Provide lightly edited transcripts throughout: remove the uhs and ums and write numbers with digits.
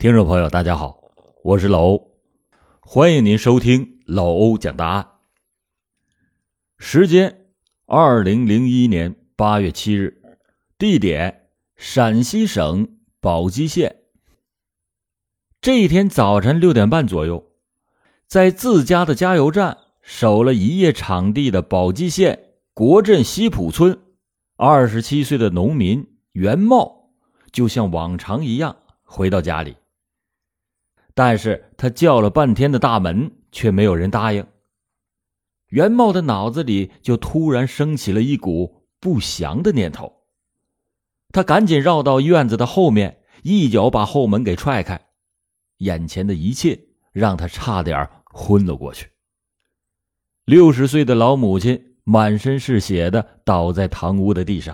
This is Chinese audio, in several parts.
听众朋友大家好，我是老欧，欢迎您收听老欧讲大案。时间2001年8月7日，地点陕西省宝鸡县。这一天早晨6点半左右，在自家的加油站守了一夜场地的宝鸡县国镇西浦村27岁的农民袁茂就像往常一样回到家里，但是他叫了半天的大门却没有人答应。袁茂的脑子里就突然升起了一股不祥的念头，他赶紧绕到院子的后面，一脚把后门给踹开，眼前的一切让他差点昏了过去。60岁的老母亲满身是血的倒在堂屋的地上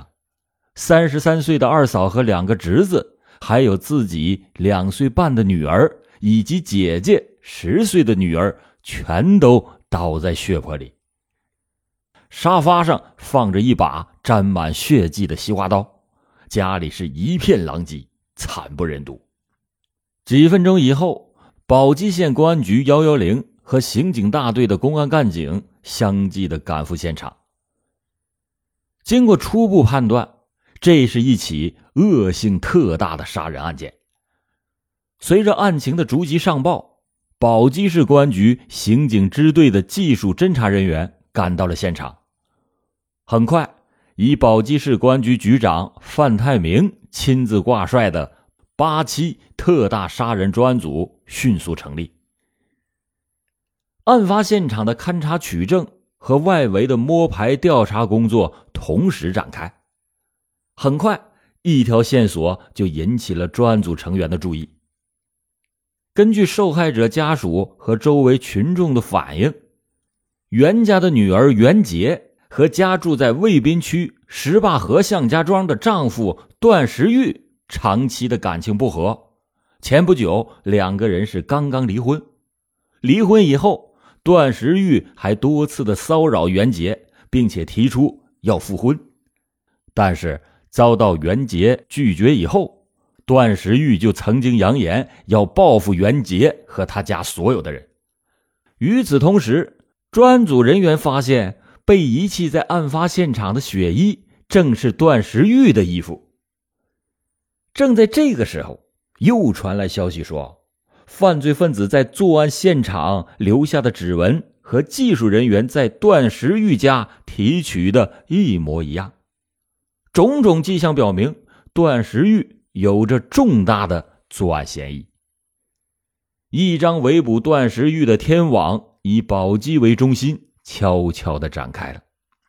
，33岁的二嫂和2个侄子，还有自己2岁半的女儿以及姐姐10岁的女儿全都倒在血泊里。沙发上放着一把沾满血迹的西瓜刀，家里是一片狼藉，惨不忍睹。几分钟以后，宝鸡县公安局110和刑警大队的公安干警相继的赶赴现场。经过初步判断，这是一起恶性特大的杀人案件。随着案情的逐级上报，宝鸡市公安局刑警支队的技术侦查人员赶到了现场。很快，以宝鸡市公安局局长范太明亲自挂帅的8期特大杀人专案组迅速成立。案发现场的勘查取证和外围的摸排调查工作同时展开。很快，一条线索就引起了专案组成员的注意。根据受害者家属和周围群众的反映，袁家的女儿袁杰和家住在渭滨区石坝河向家庄的丈夫段时玉长期的感情不和，前不久2个人是刚刚离婚。离婚以后，段时玉还多次的骚扰袁杰，并且提出要复婚，但是遭到袁杰拒绝以后，段时玉就曾经扬言要报复袁杰和他家所有的人。与此同时，专案组人员发现被遗弃在案发现场的血衣正是段时玉的衣服。正在这个时候，又传来消息说，犯罪分子在作案现场留下的指纹和技术人员在段时玉家提取的一模一样。种种迹象表明，段时玉有着重大的作案嫌疑。一张围捕段时玉的天网以宝鸡为中心悄悄地展开了。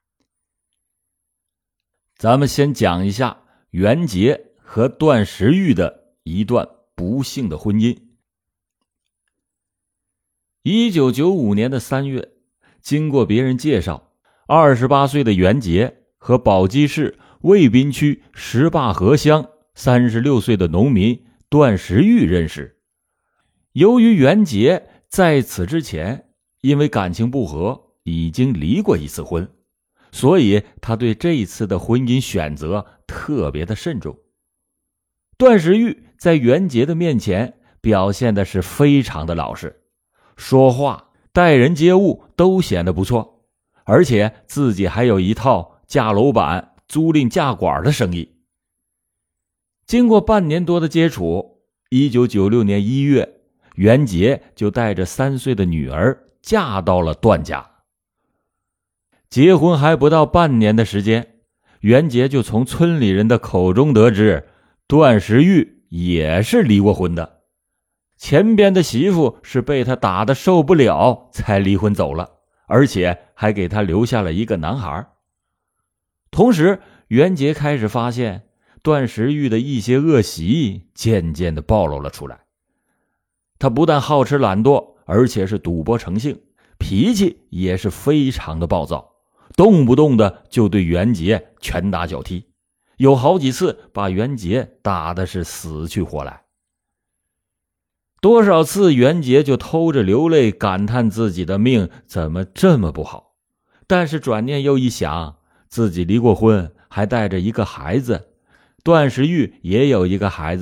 咱们先讲一下袁杰和段时玉的一段不幸的婚姻。1995年的3月，经过别人介绍，28岁的袁杰和宝鸡市渭滨区石坝河乡36岁的农民段时玉认识。由于袁杰在此之前因为感情不和已经离过一次婚，所以他对这一次的婚姻选择特别的慎重。段时玉在袁杰的面前表现的是非常的老实，说话待人接物都显得不错，而且自己还有一套架楼板租赁架馆的生意。经过半年多的接触，1996年1月，袁杰就带着3岁的女儿嫁到了段家。结婚还不到半年的时间，袁杰就从村里人的口中得知，段时玉也是离过婚的。前边的媳妇是被他打得受不了才离婚走了，而且还给他留下了一个男孩。同时，袁杰开始发现段时玉的一些恶习渐渐地暴露了出来。他不但好吃懒惰，而且是赌博成性，脾气也是非常的暴躁，动不动的就对袁杰拳打脚踢，有好几次把袁杰打的是死去活来。多少次袁杰就偷着流泪感叹自己的命怎么这么不好，但是转念又一想，自己离过婚，还带着一个孩子，段时玉也有一个孩子，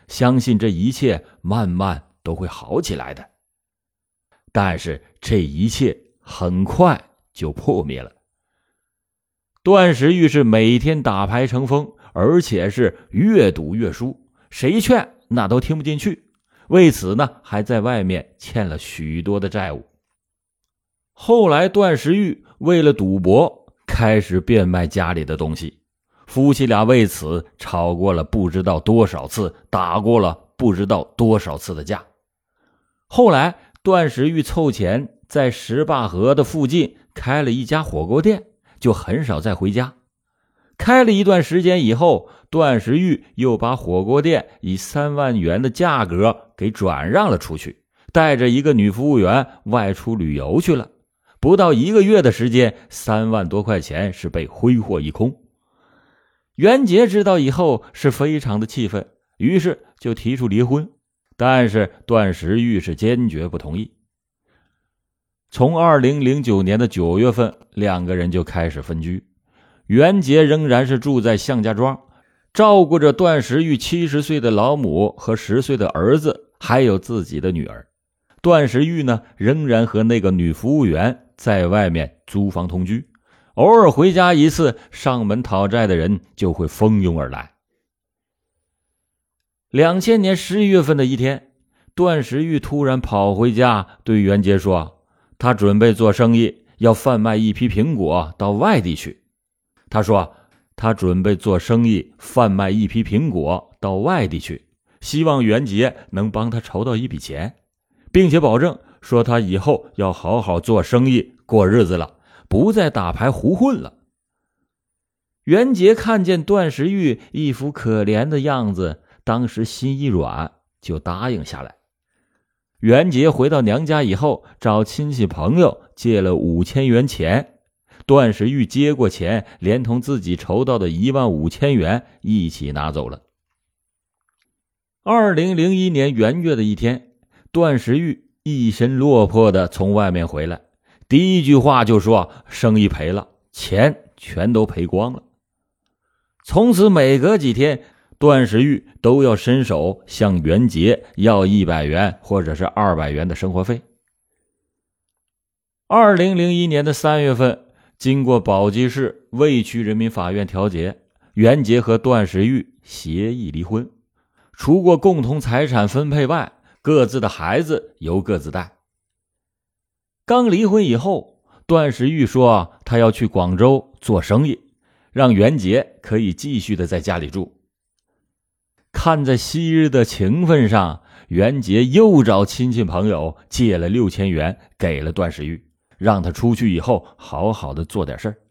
相信这一切慢慢都会好起来的。但是这一切很快就破灭了。段时玉是每天打牌成风，而且是越赌越输，谁劝那都听不进去，为此呢还在外面欠了许多的债务。后来段时玉为了赌博开始变卖家里的东西，夫妻俩为此吵过了不知道多少次，打过了不知道多少次的架。后来段时玉凑钱在石坝河的附近开了一家火锅店，就很少再回家。开了一段时间以后，段时玉又把火锅店以3万元的价格给转让了出去，带着一个女服务员外出旅游去了。不到1个月的时间，3万多块钱是被挥霍一空。袁杰知道以后是非常的气愤，于是就提出离婚，但是段时玉是坚决不同意。从2009年的9月份，2个人就开始分居。袁杰仍然是住在向家庄，照顾着段时玉70岁的老母和10岁的儿子，还有自己的女儿。段时玉呢，仍然和那个女服务员在外面租房同居，偶尔回家一次，上门讨债的人就会蜂拥而来。2000年11月份的一天，段时玉突然跑回家，对袁杰说他准备做生意，要贩卖一批苹果到外地去。他说他准备做生意，贩卖一批苹果到外地去，希望袁杰能帮他筹到一笔钱，并且保证说他以后要好好做生意过日子了，不再打牌胡混了。袁杰看见段时玉一副可怜的样子，当时心一软，就答应下来。袁杰回到娘家以后，找亲戚朋友借了5000元钱，段时玉接过钱，连同自己筹到的15000元一起拿走了。2001年元月的一天，段时玉一身落魄的从外面回来，第一句话就说生意赔了，钱全都赔光了。从此每隔几天，段时玉都要伸手向袁杰要100元或者是200元的生活费。2001年的3月份，经过宝鸡市渭区人民法院调解，袁杰和段时玉协议离婚，除过共同财产分配外，各自的孩子由各自带。刚离婚以后，段时玉说他要去广州做生意，让袁杰可以继续的在家里住。看在昔日的情分上，袁杰又找亲戚朋友借了6000元给了段时玉，让他出去以后好好的做点事儿。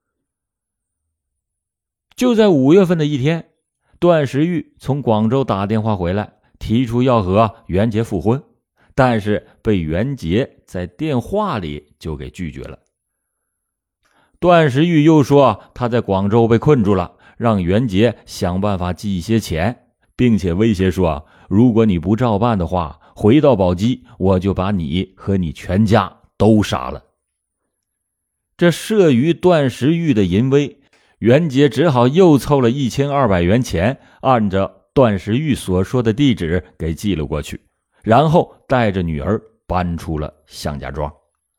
就在5月份的一天，段时玉从广州打电话回来，提出要和袁杰复婚，但是被袁杰在电话里就给拒绝了。段时玉又说他在广州被困住了，让袁杰想办法寄一些钱，并且威胁说如果你不照办的话，回到宝鸡我就把你和你全家都杀了。这慑于段时玉的淫威，袁杰只好又凑了1200元钱，按照段时玉所说的地址给寄了过去，然后带着女儿搬出了向家庄。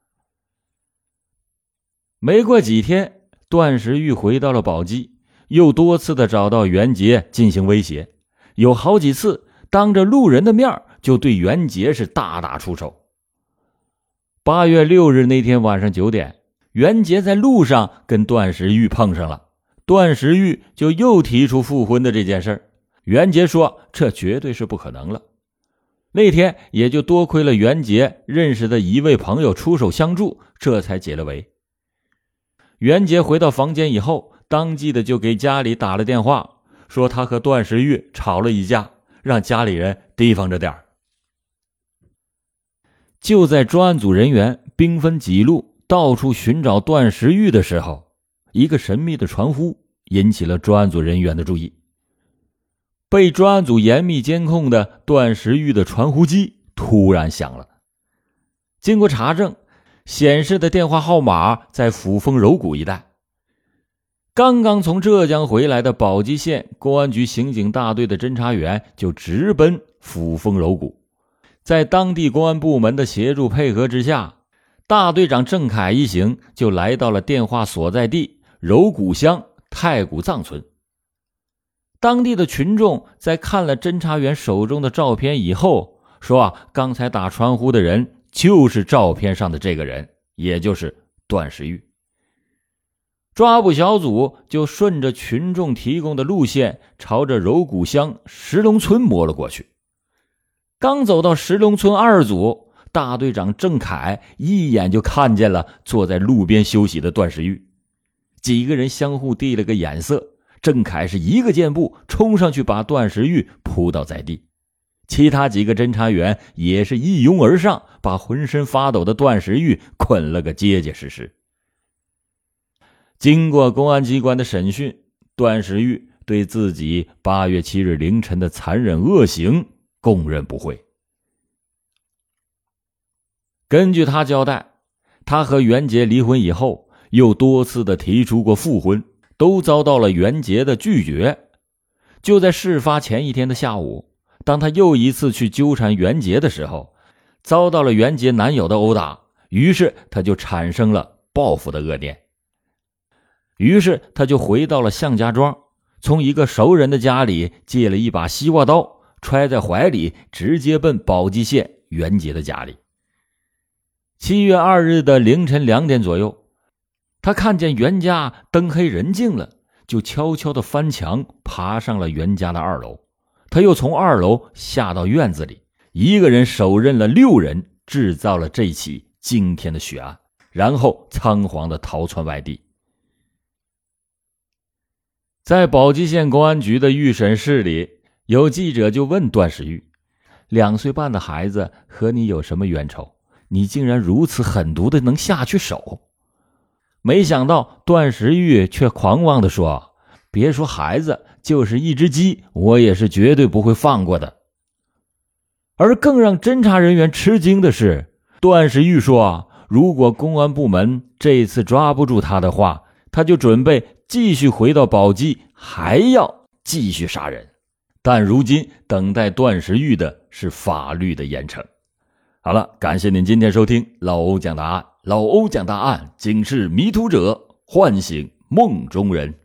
没过几天，段时玉回到了宝鸡，又多次的找到袁杰进行威胁，有好几次当着路人的面就对袁杰是大打出手。8月6日那天晚上9点，袁杰在路上跟段时玉碰上了，段时玉就又提出复婚的这件事，袁杰说这绝对是不可能了。那天也就多亏了袁杰认识的一位朋友出手相助，这才解了围。袁杰回到房间以后，当即的就给家里打了电话，说他和段时玉吵了一架，让家里人提防着点儿。就在专案组人员兵分几路到处寻找段时玉的时候，一个神秘的传呼引起了专案组人员的注意。被专案组严密监控的段时玉的传呼机突然响了。经过查证，显示的电话号码在抚丰柔谷一带。 刚刚从浙江回来的宝鸡县公安局刑警大队的侦查员就直奔抚丰柔谷。在当地公安部门的协助配合之下，大队长郑凯一行就来到了电话所在地柔谷乡太谷藏村。当地的群众在看了侦查员手中的照片以后，说刚才打传呼的人就是照片上的这个人，也就是段时玉。抓捕小组就顺着群众提供的路线，朝着柔谷乡石龙村摸了过去。刚走到石龙村2组，大队长郑凯一眼就看见了坐在路边休息的段时玉。几个人相互递了个眼色，郑凯是一个箭步冲上去把段时玉扑倒在地。其他几个侦查员也是一拥而上，把浑身发抖的段时玉捆了个结结实实。经过公安机关的审讯，段时玉对自己8月7日凌晨的残忍恶行供认不讳。根据他交代，他和袁杰离婚以后，又多次的提出过复婚，都遭到了袁杰的拒绝。就在事发前一天的下午，当他又一次去纠缠袁杰的时候，遭到了袁杰男友的殴打，于是他就产生了报复的恶念。于是他就回到了向家庄，从一个熟人的家里借了一把西瓜刀，揣在怀里，直接奔宝鸡县袁杰的家里。7月2日的凌晨2点左右，他看见袁家灯黑人静了，就悄悄地翻墙爬上了袁家的2楼。他又从2楼下到院子里，一个人手刃了6人，制造了这起惊天的血案，然后仓皇地逃窜外地。在宝鸡县公安局的预审室里，有记者就问段时玉，2岁半的孩子和你有什么冤仇？你竟然如此狠毒的能下去手？没想到段时玉却狂妄地说，别说孩子，就是一只鸡，我也是绝对不会放过的。而更让侦查人员吃惊的是，段时玉说，如果公安部门这次抓不住他的话，他就准备继续回到宝鸡，还要继续杀人。但如今等待段时玉的是法律的严惩。好了，感谢您今天收听老欧讲答案。老欧讲答案，警示迷途者，唤醒梦中人。